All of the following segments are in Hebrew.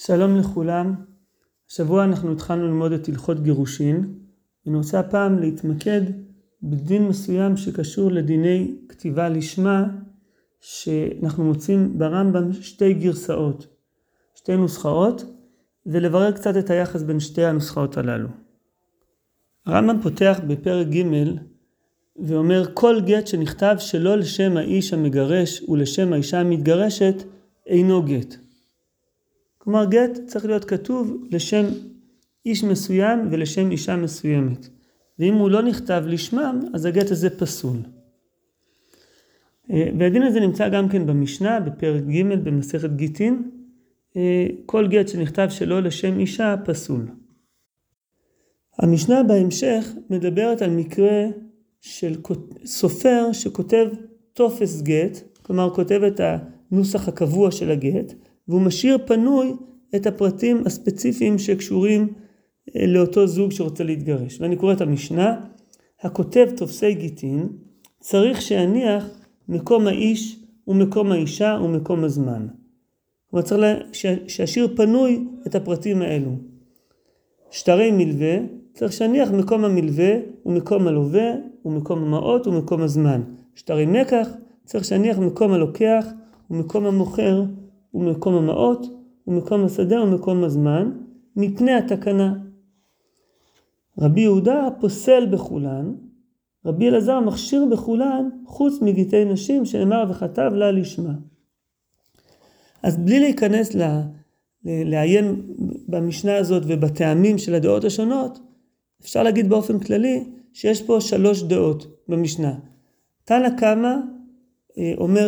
שלום לכולם. השבוע אנחנו התחלנו ללמוד את הלכות גירושין, ואני רוצה הפעם להתמקד בדין מסוים שקשור לדיני כתיבה לשמה, שאנחנו מוצאים ברמב"ם שתי גרסאות, שתי נוסחאות, ולברר קצת את היחס בין שתי הנוסחאות הללו. הרמב"ם פותח בפרק ג' ואומר, כל גט שנכתב שלא לשם האיש המגרש ולשם האישה המתגרשת אינו גט. כלומר, גט צריך להיות כתוב לשם איש מסוים ולשם אישה מסוימת. ואם הוא לא נכתב לשמם, אז הגט הזה פסול. והדין הזה נמצא גם כן במשנה, בפרק ג' במסכת גיטין. כל גט שנכתב שלא לשם אישה פסול. המשנה בהמשך מדברת על מקרה של סופר שכותב טופס גט, כלומר כותב את הנוסח הקבוע של הגט, והוא משאיר פנוי את הפרטים הספציפיים שקשורים לאותו זוג שרוצה להתגרש. ואני קורא את המשנה, הכותב תופסי גיטין צריך שיניח מקום האיש ומקום האישה ומקום הזמן. כלומר צריך שישאיר פנוי את הפרטים האלו. שטרי מלווה צריך שיניח מקום המלווה ומקום הלווה ומקום המעות ומקום הזמן. שטרי מקח צריך שיניח מקום הלוקח ומקום המוכר ומקום המעות ומקום השדה ומקום הזמן מפני התקנה. רבי יהודה פוסל בכולן, רבי אלעזר מכשיר בכולן חוץ מגיטי נשים שנאמר וכתב לה לשמה. אז בלי להיכנס לעיין במשנה הזאת ובטעמים של הדעות השונות, אפשר להגיד באופן כללי שיש פה 3 דעות במשנה. תנא קמא אומר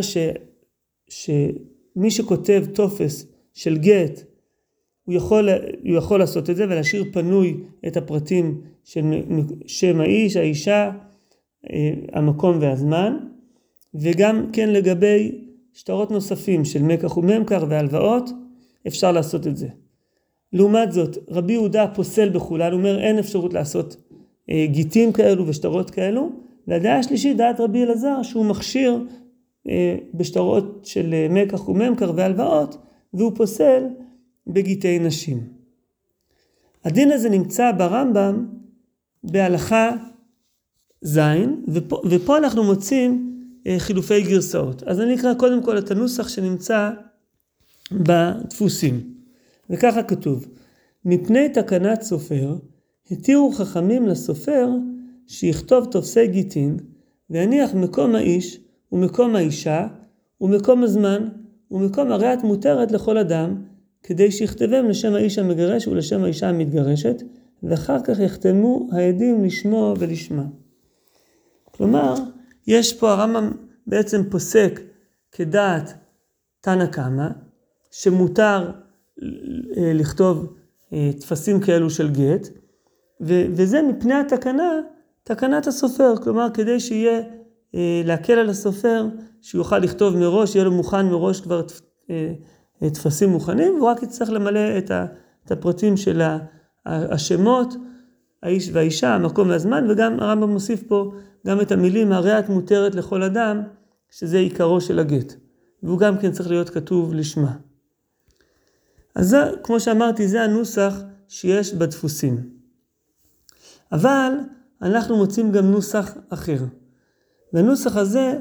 שמי שכותב טופס של גט, הוא יכול לעשות את זה ולהשאיר פנוי את הפרטים של שם האיש, האישה, המקום והזמן, וגם כן לגבי שטרות נוספים של מקח וממכר והלוואות, אפשר לעשות את זה. לעומת זאת, רבי יהודה פוסל בכולן, הוא אומר אין אפשרות לעשות גיטים כאלו ושטרות כאלו, והדעה השלישית, דעת רבי אלעזר, שהוא מכשיר בשטרות של מקח וממכר והלוואות, והוא פוסל בגיטי נשים. הדין הזה נמצא ברמב"ם בהלכה זין, ופה אנחנו מוצאים חילופי גרסאות. אז אני אקרא קודם כל את הנוסח שנמצא בדפוסים. וככה כתוב, מפני תקנת סופר, התירו חכמים לסופר שיכתוב תופסי גיטין, ויניח מקום האיש ומקום האישה ומקום הזמן ומקום הריאת מותרת לכל אדם, כדי שיכתבם לשם האיש המגרש ולשם האישה המתגרשת, ואחר כך יחתמו העדים לשמו ולשמה. כלומר, יש פה הרמב"ם בעצם פוסק כדעת תנא קמא, שמותר לכתוב תפסים כאלו של גט, וזה מפני התקנה, תקנת הסופר, כלומר כדי שיהיה להקל על הסופר, שיוכל לכתוב מראש, יהיה לו מוכן מראש כבר תפסים מוכנים, והוא רק יצטרך למלא את הפרטים של השמות, האיש והאישה, המקום והזמן, וגם הרמב"ם מוסיף פה גם את המילים, הריאת מותרת לכל אדם, שזה עיקרו של הגט, והוא גם כן צריך להיות כתוב לשמה. אז זה, כמו שאמרתי, זה הנוסח שיש בדפוסים. אבל אנחנו מוצאים גם נוסח אחר. והנוסח הזה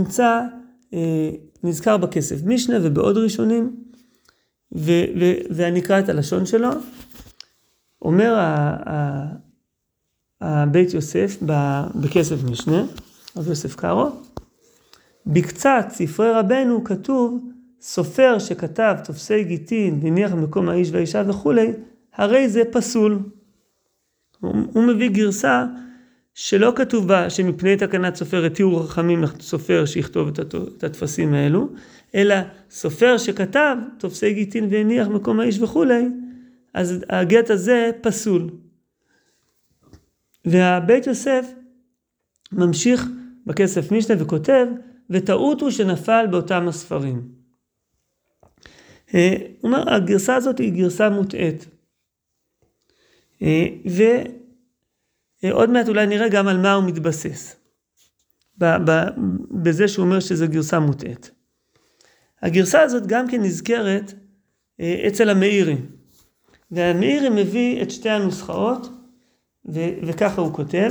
נזכר בכסף משנה ובעוד ראשונים, ואני אקרא את הלשון שלו. אומר הבית יוסף בכסף משנה, רב יוסף קארו, בקצת ספרי רבנו כתוב, סופר שכתב תופסי גיטין והניח מקום האיש והאישה וכו', הרי זה פסול. הוא מביא גרסה שלא כתוב בה שמפני תקנת סופר התירו חכמים סופר שיכתוב את התפסים האלו, אלא סופר שכתב תופסי גיטין והניח מקום האיש וכו', אז הגט הזה פסול. והבית יוסף ממשיך בכסף משנה וכותב, וטעות הוא שנפל באותם הספרים. הוא אומר, הגרסה הזאת היא גרסה מוטעית. ועוד מעט אולי נראה גם על מה הוא מתבסס. בזה שהוא אומר שזה גרסה מוטעית. הגרסה הזאת גם כן נזכרת אצל המאירי. והמאירי מביא את שתי הנוסחאות, וככה הוא כותב.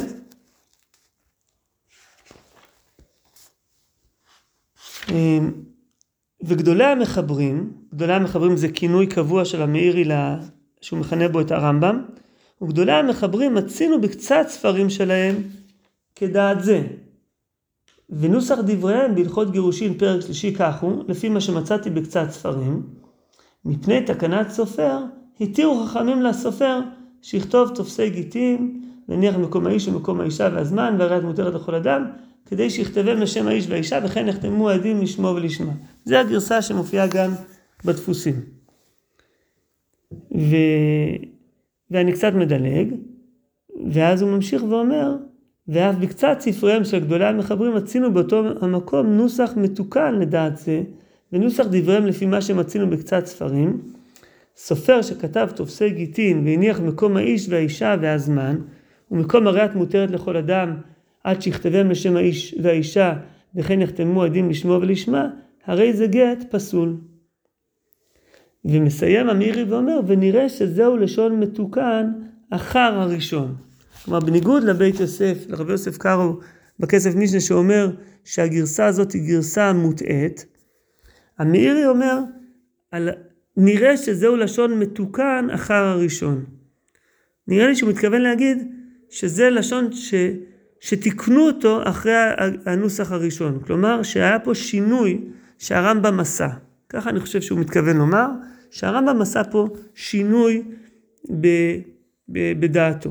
וגדולי המחברים זה כינוי קבוע של המאירי שהוא מכנה בו את הרמב"ם, וגדולי המחברים מצינו בקצת ספרים שלהם כדעת זה. ונוסח דבריהם בהלכות גירושין פרק 3 כך הוא, לפי מה שמצאתי בקצת ספרים, מפני תקנת סופר, התירו חכמים לסופר שיכתוב תופסי גיטין, והניח מקום האיש ומקום האישה והזמן, והראיית מותרת לכל אדם, כדי שיכתבם לשם האיש והאישה, וכן יחתמו העדים לשמו ולשמה. זה הגרסה שמופיעה גם בדפוסים. ואני קצת מדלג, ואז הוא ממשיך ואומר, ואף בקצת ספריהם של גדולי המחברים מצינו באותו המקום נוסח מתוקן לדעת זה, ונוסח דבריהם לפי מה שמצינו בקצת ספרים, סופר שכתב תופסי גיטין והניח מקום האיש והאישה והזמן, ומקום הראיית מותרת לכל אדם, עד שיכתבם לשם האיש והאישה, וכן יחתמו עדים לשמו ולשמה, הרי זה גט פסול. ומסיים המאירי ואומר, ונראה שזהו לשון מתוקן אחר הראשון. כלומר, בניגוד לבית יוסף, לרבי יוסף קארו, בכסף משנה שאומר שהגרסה הזאת היא גרסה מוטעת, המאירי אומר, נראה שזהו לשון מתוקן אחר הראשון. נראה לי שהוא מתכוון להגיד שזה לשון שתיקנו אותו אחרי הנוסח הראשון. כלומר, שהיה פה שינוי שהרמב"ם עשה. ככה אני חושב שהוא מתכוון לומר, שהרמב"ם עשה פה שינוי בדעתו.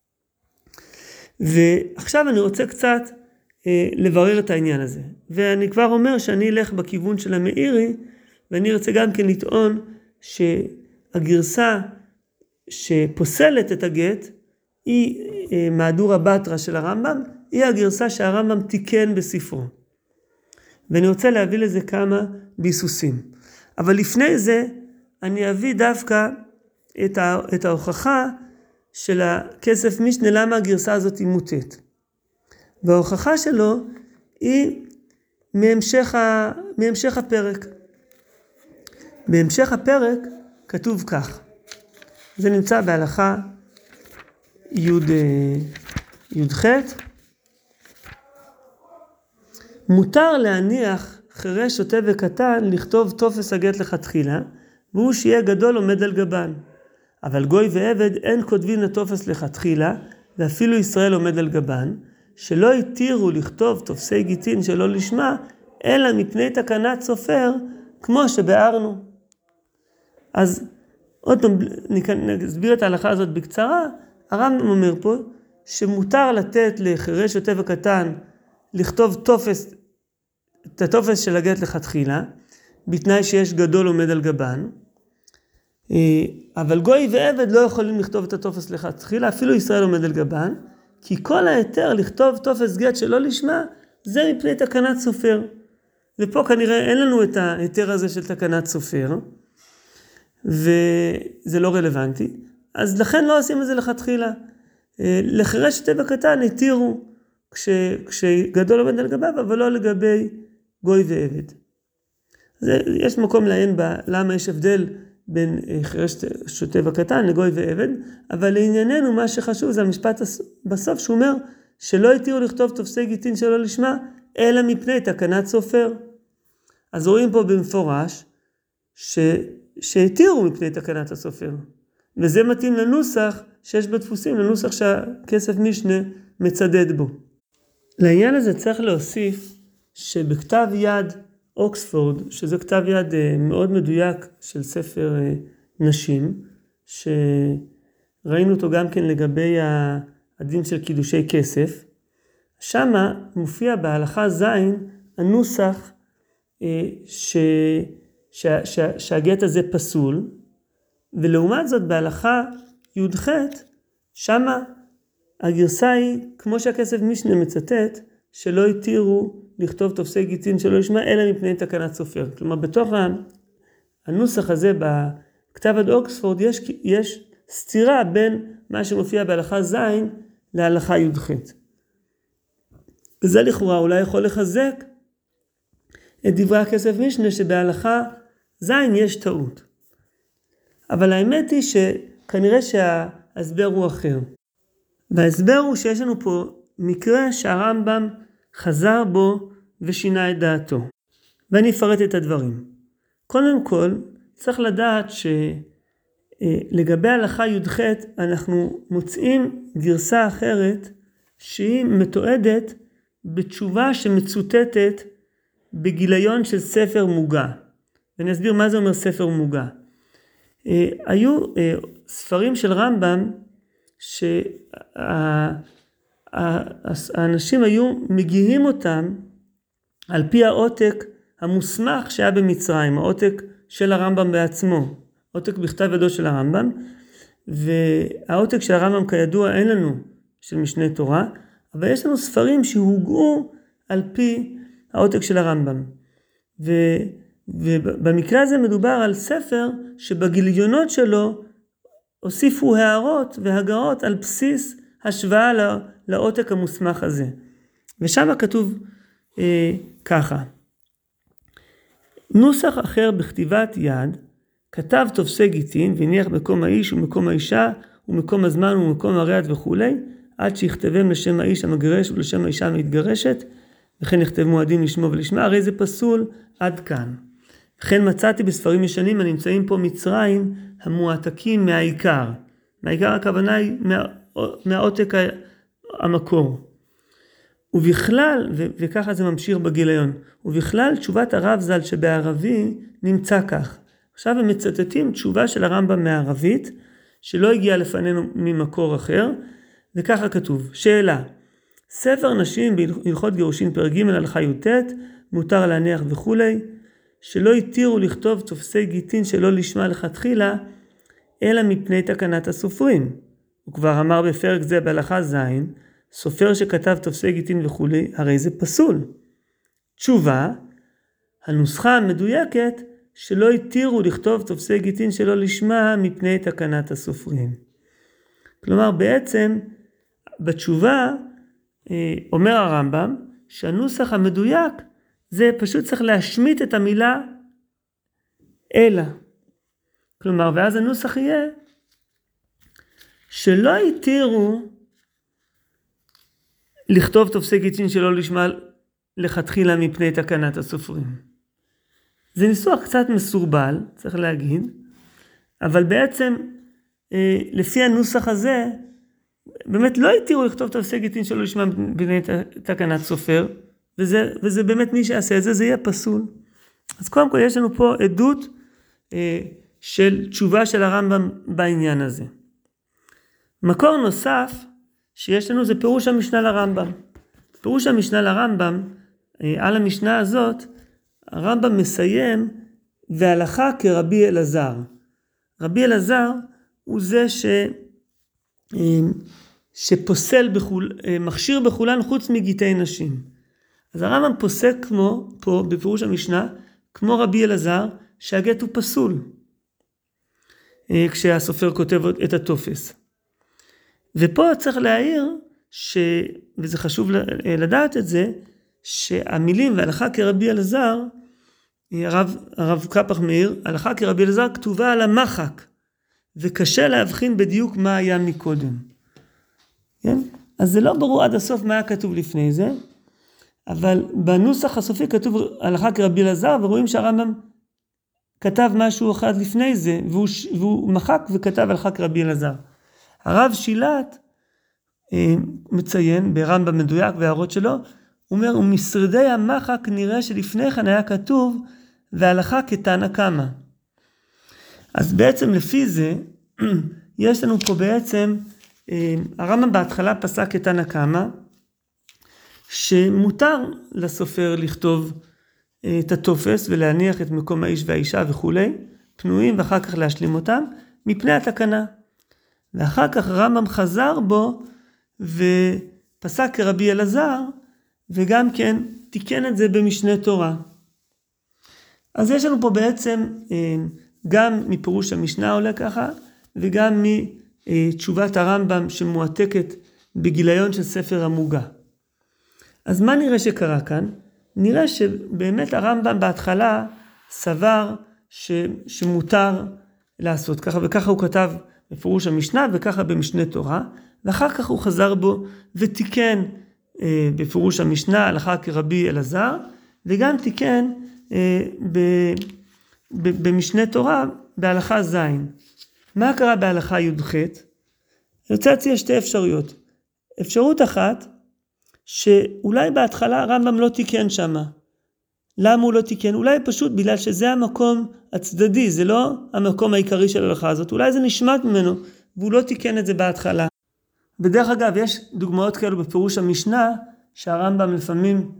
ועכשיו אני רוצה קצת לברר את העניין הזה. ואני כבר אומר שאני אלך בכיוון של המאירי, ואני רוצה גם כן לטעון שהגרסה שפוסלת את הגט, היא מהדורה בתרא של הרמב"ם, היא הגרסה שהרמב"ם תיקן בספרו. ואני רוצה להביא לזה כמה ביסוסים. אבל לפני זה אני אביא דווקא את ההוכחה של הכסף משנה, למה הגרסה הזאת היא מוטעת. וההוכחה שלו היא מהמשך הפרק. בהמשך הפרק כתוב כך. זה נמצא בהלכה י"ח. מותר להניח חירש שוטה וקטן לכתוב טופס הגט לכתחילה, והוא שיהיה גדול עומד על גבן. אבל גוי ועבד אין כותבים לטופס לכתחילה, ואפילו ישראל עומד על גבן, שלא התירו לכתוב תופסי גיטין שלא לשמה, אלא מפני תקנת סופר, כמו שבארנו. אז עוד פעם נסביר את ההלכה הזאת בקצרה. הרמב"ם אומר פה שמותר לתת לחירש שוטה וקטן לכתוב את הטופס של הגט לכתחילה, בתנאי שיש גדול עומד על גבן, אבל גוי ועבד לא יכולים לכתוב את הטופס לכתחילה, אפילו ישראל עומד על גבן, כי כל היתר לכתוב טופס גט שלא לשמה, זה מפני תקנת סופר. ופה כנראה אין לנו את היתר הזה של תקנת סופר, וזה לא רלוונטי, אז לכן לא עושים את זה לכתחילה. לחירש שוטה וקטן התירו כשגדול עומד על גביו, אבל לא לגבי גוי ועבד. יש מקום לעיין למה יש הבדל בין חירש שוטה וקטן לגוי ועבד, אבל לענייננו מה שחשוב זה המשפט בסוף שהוא אומר שלא התירו לכתוב תופסי גיטין שלא לשמה, אלא מפני תקנת סופר. אז רואים פה במפורש שהתירו מפני תקנת הסופר, וזה מתאים לנוסח שיש בדפוסים, לנוסח שהכסף משנה מצדד בו. לעניין הזה צריך להוסיף שבכתב יד אוקספורד, שזה כתב יד מאוד מדויק של ספר נשים, שראינו אותו גם כן לגבי הדין של קידושי כסף, שמה מופיע בהלכה זין הנוסח שהגט הזה פסול, ולעומת זאת בהלכה י"ח, שמה הגרסה היא, כמו שהכסף משנה מצטט, שלא התירו לכתוב תופסי גיטין שלא לשמה, אלא מפני תקנת סופר. כלומר, בתוך הנוסח הזה, בכתב יד אוקספורד, יש סתירה בין מה שמופיע בהלכה זין להלכה י"ח. וזה לכאורה אולי יכול לחזק את דברי הכסף משנה, שבהלכה זין יש טעות. אבל האמת היא שכנראה שההסבר הוא אחר. וההסבר הוא שיש לנו פה מקרה שהרמב"ם חזר בו ושינה את דעתו. ואני אפרט את הדברים. קודם כל, צריך לדעת שלגבי הלכה י"ח אנחנו מוצאים גרסה אחרת שהיא מתועדת בתשובה שמצוטטת בגיליון של ספר מוגה. ואני אסביר מה זה אומר ספר מוגה. היו ספרים של רמב"ם שהאנשים היו מגיעים אותם על פי העותק המוסמך שהיה במצרים, העותק של הרמב"ם בעצמו, עותק בכתב ידו של הרמב"ם, והעותק של הרמב"ם כידוע אין לנו של משנה תורה, אבל יש לנו ספרים שהוגעו על פי העותק של הרמב"ם. ובמקרה הזה מדובר על ספר שבגיליונות שלו הוסיפו הערות והגאות על בסיס השוואה לעותק המוסמך הזה. ושם כתוב ככה: נוסח אחר בכתיבת יד כתב תופסי גיטין והניח מקום האיש ומקום האישה ומקום הזמן ומקום הריאת וכו', עד שיכתבם לשם האיש המגרש ולשם האישה המתגרשת, וכן נכתב מועדים לשמו ולשמה. הרי זה פסול עד כאן. וכן מצאתי בספרים ישנים הנמצאים פה מצרים המועתקים מהעיקר. מהעיקר הכוונה היא מהעותק המקור. ובכלל, וככה זה ממשיך בגיליון, ובכלל תשובת הרב ז"ל שבערבי נמצא כך. עכשיו הם מצטטים תשובה של הרמב"ם מערבית, שלא הגיעה לפנינו ממקור אחר, וככה כתוב: שאלה, ספר נשים בהלכות גירושין פרק ג' הלכה י"ט, מותר להניח וכו', שלא התירו לכתוב תופסי גיטין שלא לשמה לכתחילה, אלא מפני תקנת הסופרים. הוא כבר אמר בפרק זה בהלכה ז', סופר שכתב תופסי גיטין וכו', הרי זה פסול. תשובה, הנוסחה המדויקת שלא התירו לכתוב תופסי גיטין שלא לשמה מפני תקנת הסופרים. כלומר בעצם בתשובה אומר הרמב"ם שהנוסח המדויק זה פשוט צריך להשמיט את המילה אלא. כלומר, ואז הנוסח יהיה שלא התירו לכתוב תופסי גיטין שלא לשמה לכתחילה מפני תקנת הסופרים. זה ניסוח קצת מסורבל, צריך להגיד, אבל בעצם לפי הנוסח הזה, באמת לא התירו לכתוב תופסי גיטין שלא לשמה מפני תקנת סופר, וזה באמת מי שעשה את זה, זה יהיה פסול. אז קודם כל יש לנו פה עדות של תשובה של הרמב"ם בעניין הזה. מקור נוסף שיש לנו זה פירוש המשנה לרמב"ם. פירוש המשנה לרמב"ם, על המשנה הזאת, הרמב"ם מסיים והלכה כרבי אלעזר. רבי אלעזר הוא זה שפוסל מכשיר בכולן חוץ מגיטי נשים. אז הרמב"ם פוסק כמו, פה בפירוש המשנה, כמו רבי אלעזר, שהגט הוא פסול, כשהסופר כותב את התופס. ופה צריך להעיר, וזה חשוב לדעת את זה, שהמילים והלכה כרבי אלעזר, הרב קפח מאיר, הלכה כרבי אלעזר כתובה על המחק, וקשה להבחין בדיוק מה היה מקודם. כן? אז זה לא ברור עד הסוף מה היה כתוב לפני זה, אבל בנוסח הסופי כתוב הלכה כרבי אלעזר, ורואים שהרמב"ם כתב משהו אחד לפני זה, והוא מחק וכתב הלכה כרבי אלעזר. הרב שילת מציין ברמב"ם מדויק והערות שלו, הוא אומר, ומשרדי המחק נראה שלפני כן היה כתוב, והלכה כתנא קמא. אז בעצם לפי זה, יש לנו פה בעצם, הרמב"ם בהתחלה פסק כתנא קמא, שמותר לסופר לכתוב את התופס ולהניח את מקום האיש והאישה וכו', פנויים ואחר כך להשלים אותם, מפני התקנה. ואחר כך הרמב"ם חזר בו ופסק כרבי אלעזר, וגם כן תיקן את זה במשנה תורה. אז יש לנו פה בעצם גם מפירוש המשנה עולה ככה, וגם מתשובת הרמב"ם שמועתקת בגיליון של ספר המוגה. אז מה נראה שקרה כאן? נראה שבאמת הרמב"ם בהתחלה סבר שמותר לעשות ככה, וככה הוא כתב בפירוש המשנה, וככה במשנה תורה, ואחר כך הוא חזר בו ותיקן בפירוש המשנה, הלכה כרבי אלעזר, וגם תיקן במשנה תורה, בהלכה ז'. מה קרה בהלכה י"ח? אני רוצה להציע שתי אפשרויות. אפשרות אחת, שאולי בהתחלה הרמב"ם לא תיקן שמה. למה הוא לא תיקן? אולי פשוט בגלל שזה המקום הצדדי, זה לא המקום העיקרי של ההלכה הזאת. אולי זה נשמט ממנו, והוא לא תיקן את זה בהתחלה. בדרך אגב, יש דוגמאות כאלו בפירוש המשנה, שהרמב"ם לפעמים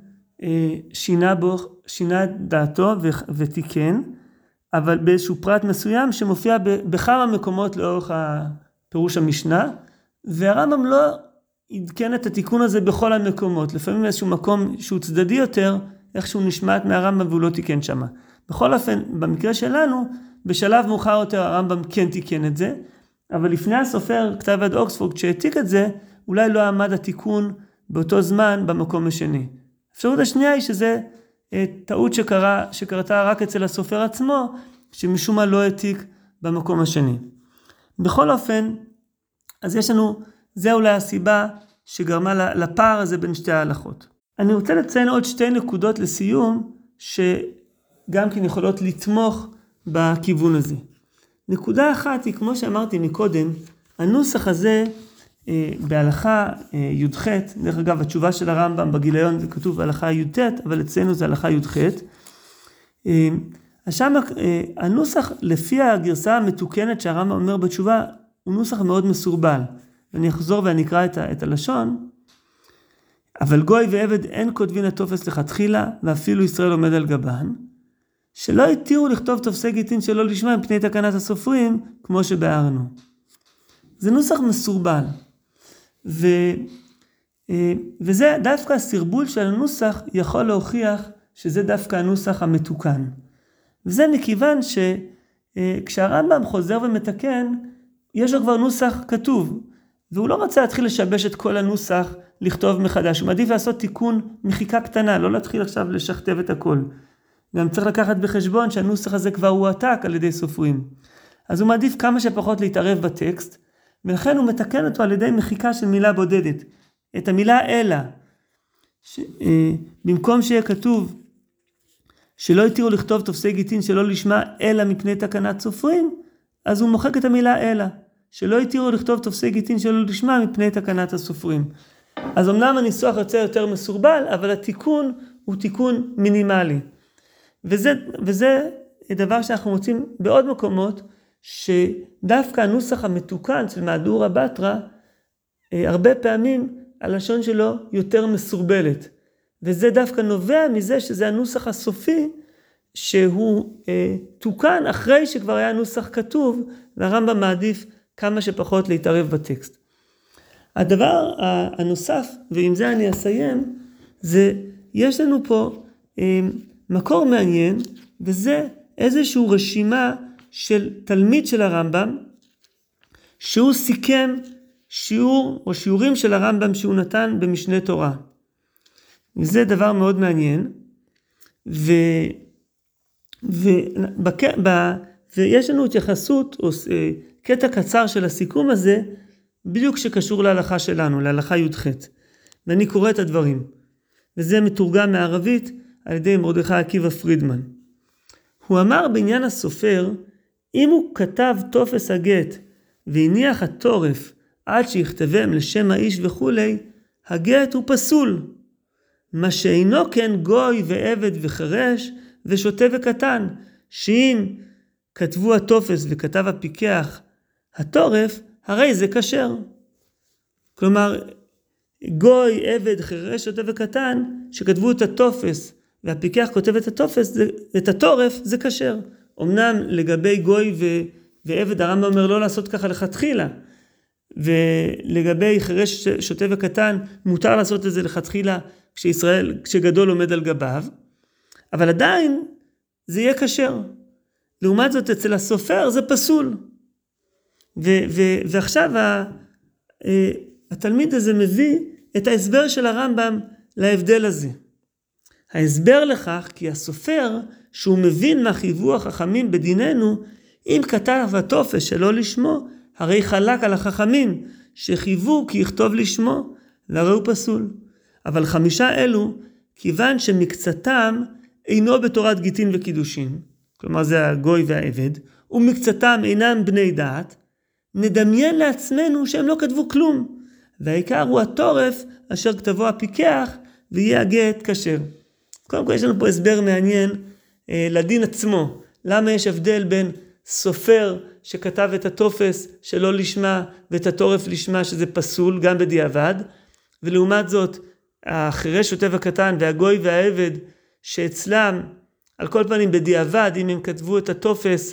שינה את דעתו ותיקן, אבל באיזשהו פרט מסוים שמופיע בכמה מקומות לאורך הפירוש המשנה, והרמב"ם לא עדכן את התיקון הזה בכל המקומות. לפעמים איזשהו מקום שהוא צדדי יותר, איכשהו נשמט מהרמב"ם והוא לא תיקן שמה. בכל אופן, במקרה שלנו, בשלב מאוחר יותר הרמב"ם כן תיקן את זה, אבל לפני הסופר, כתב יד אוקספורד, כשהעתיק את זה, אולי לא עמד התיקון באותו זמן במקום השני. האפשרות השנייה היא שזה טעות שקרתה רק אצל הסופר עצמו, שמשום מה לא העתיק במקום השני. בכל אופן, אז יש לנו, זה אולי הסיבה שגרמה לפער הזה בין שתי ההלכות. אני רוצה לציין עוד שתי נקודות לסיום, שגם כן יכולות לתמוך בכיוון הזה. נקודה אחת היא, כמו שאמרתי מקודם, הנוסח הזה בהלכה י"ח, דרך אגב התשובה של הרמב"ם בגיליון זה כתוב בהלכה י"ט, אבל אצלנו זה הלכה י"ח. שם הנוסח לפי הגרסה המתוקנת שהרמב"ם אומר בתשובה, הוא נוסח מאוד מסורבל. ואני אחזור ואני אקרא את הלשון. אבל גוי ועבד אין כותבין הטופס לכתחילה, ואפילו ישראל עומד על גבן, שלא התירו לכתוב תופסי גיטין שלא לשמה מפני תקנת הסופרים, כמו שבארנו. זה נוסח מסורבל. וזה דווקא הסרבול של הנוסח יכול להוכיח שזה דווקא הנוסח המתוקן. וזה מכיוון שכשהרמב"ם חוזר ומתקן, יש לו כבר נוסח כתוב, והוא לא רצה להתחיל לשבש את כל הנוסח, לכתוב מחדש. הוא מעדיף לעשות תיקון מחיקה קטנה, לא להתחיל עכשיו לשכתב את הכל. גם צריך לקחת בחשבון שהנוסח הזה כבר הועתק על ידי סופרים. אז הוא מעדיף כמה שפחות להתערב בטקסט, ולכן הוא מתקן אותו על ידי מחיקה של מילה בודדת. את המילה אלא, במקום שיהיה כתוב שלא התירו לכתוב תופסי גיטין שלא לשמה אלא מפני תקנת סופרים, אז הוא מוחק את המילה אלא, שלא התירו לכתוב תופסי גיטין שלא לשמה מפני תקנת הסופרים. אז אמנם הניסוח יוצא יותר מסורבל, אבל התיקון הוא תיקון מינימלי. וזה דבר שאנחנו מוצאים בעוד מקומות, שדווקא הנוסח המתוקן של מהדורה בתרא, הרבה פעמים הלשון שלו יותר מסורבלת. וזה דווקא נובע מזה שזה הנוסח הסופי, שהוא תוקן אחרי שכבר היה נוסח כתוב, והרמב"ם מעדיף כמה שפחות להתערב בטקסט. הדבר הנוסף, ועם זה אני אסיים, זה יש לנו פה מקור מעניין, וזה איזושהי רשימה של תלמיד של הרמב"ם, שהוא סיכם שיעור או שיעורים של הרמב"ם שהוא נתן במשנה תורה. וזה דבר מאוד מעניין, ויש לנו התייחסות או קטע קצר של הסיכום הזה, בדיוק שקשור להלכה שלנו, להלכה י"ח. ואני קורא את הדברים. וזה מתורגם מערבית על ידי מרדכי עקיבא פרידמן. הוא אמר בעניין הסופר, אם הוא כתב טופס הגט והניח התורף עד שיכתבם לשם האיש וכו', הגט הוא פסול. מה שאינו כן גוי ועבד וחרש ושוטה וקטן, שאם כתבו הטופס וכתב הפיקח התורף, הרי זה כשר. כלומר, גוי, עבד, חרש, שוטה וקטן, שכתבו את הטופס והפיקח כותב את הטופס, את התורף, זה כשר. אמנם לגבי גוי ועבד הרמב"ם אומר לא לעשות ככה לכתחילה, ולגבי חרש, שוטה וקטן מותר לעשות את זה לכתחילה כשגדול עומד על גביו, אבל עדיין זה יהיה כשר. לעומת זאת אצל הסופר זה פסול. ועכשיו התלמיד הזה מביא את ההסבר של הרמב"ם להבדל הזה. ההסבר לכך כי הסופר שהוא מבין מה חייבו החכמים בדיננו, אם כתב התופס שלא לשמו, הרי חלק על החכמים שחייבו כי יכתוב לשמו, והרי הוא פסול. אבל 5 אלו, כיוון שמקצתם אינו בתורת גיטין וקידושין, כלומר זה הגוי והעבד, ומקצתם אינם בני דעת, נדמיין לעצמנו שהם לא כתבו כלום, והעיקר הוא התורף אשר כתבו הפיקח, ויהיה הגט כשר. קודם כל יש לנו פה הסבר מעניין לדין עצמו, למה יש הבדל בין סופר שכתב את התופס שלא לשמה, ואת התורף לשמה שזה פסול גם בדיעבד, ולעומת זאת החירש שוטה הקטן והגוי והעבד שאצלם על כל פנים בדיעבד, אם הם כתבו את התופס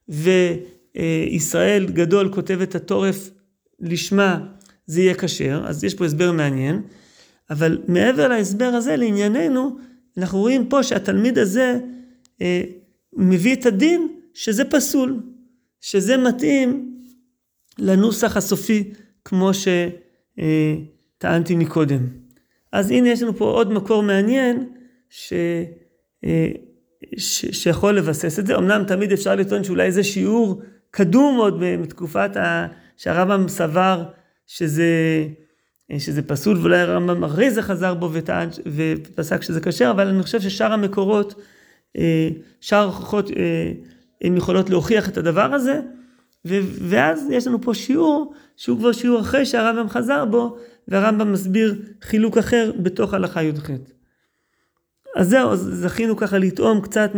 וישראל גדול כותב את התורף לשמה, זה יהיה כשר. אז יש פה הסבר מעניין, אבל מעבר להסבר הזה לענייננו, אנחנו רואים פה שהתלמיד הזה מביא את הדין שזה פסול, שזה מתאים לנוסח הסופי כמו שטענתי מקודם. אז הנה יש לנו פה עוד מקור מעניין שיכול לבסס את זה. אמנם תמיד אפשר לטעון שאולי זה שיעור קדום עוד מתקופת שהרמב"ם סבר שזה פסול, ואולי הרמב"ם אחרי זה חזר בו ופסק שזה כשר, אבל אני חושב ששאר המקורות, שאר ההוכחות, הן יכולות להוכיח את הדבר הזה, ואז יש לנו פה שיעור, שהוא כבר שיעור אחרי שהרמב"ם חזר בו, והרמב"ם מסביר חילוק אחר בתוך הלכה י"ח. אז זהו, זכינו ככה לטעום קצת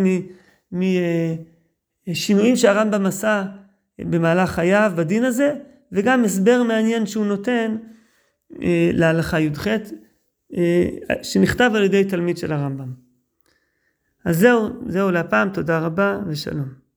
משינויים שהרמב"ם עשה במהלך חייו בדין הזה, וגם הסבר מעניין שהוא נותן להלכה י"ח, שנכתב על ידי תלמיד של הרמב"ם. אז זהו להפעם, תודה רבה ושלום.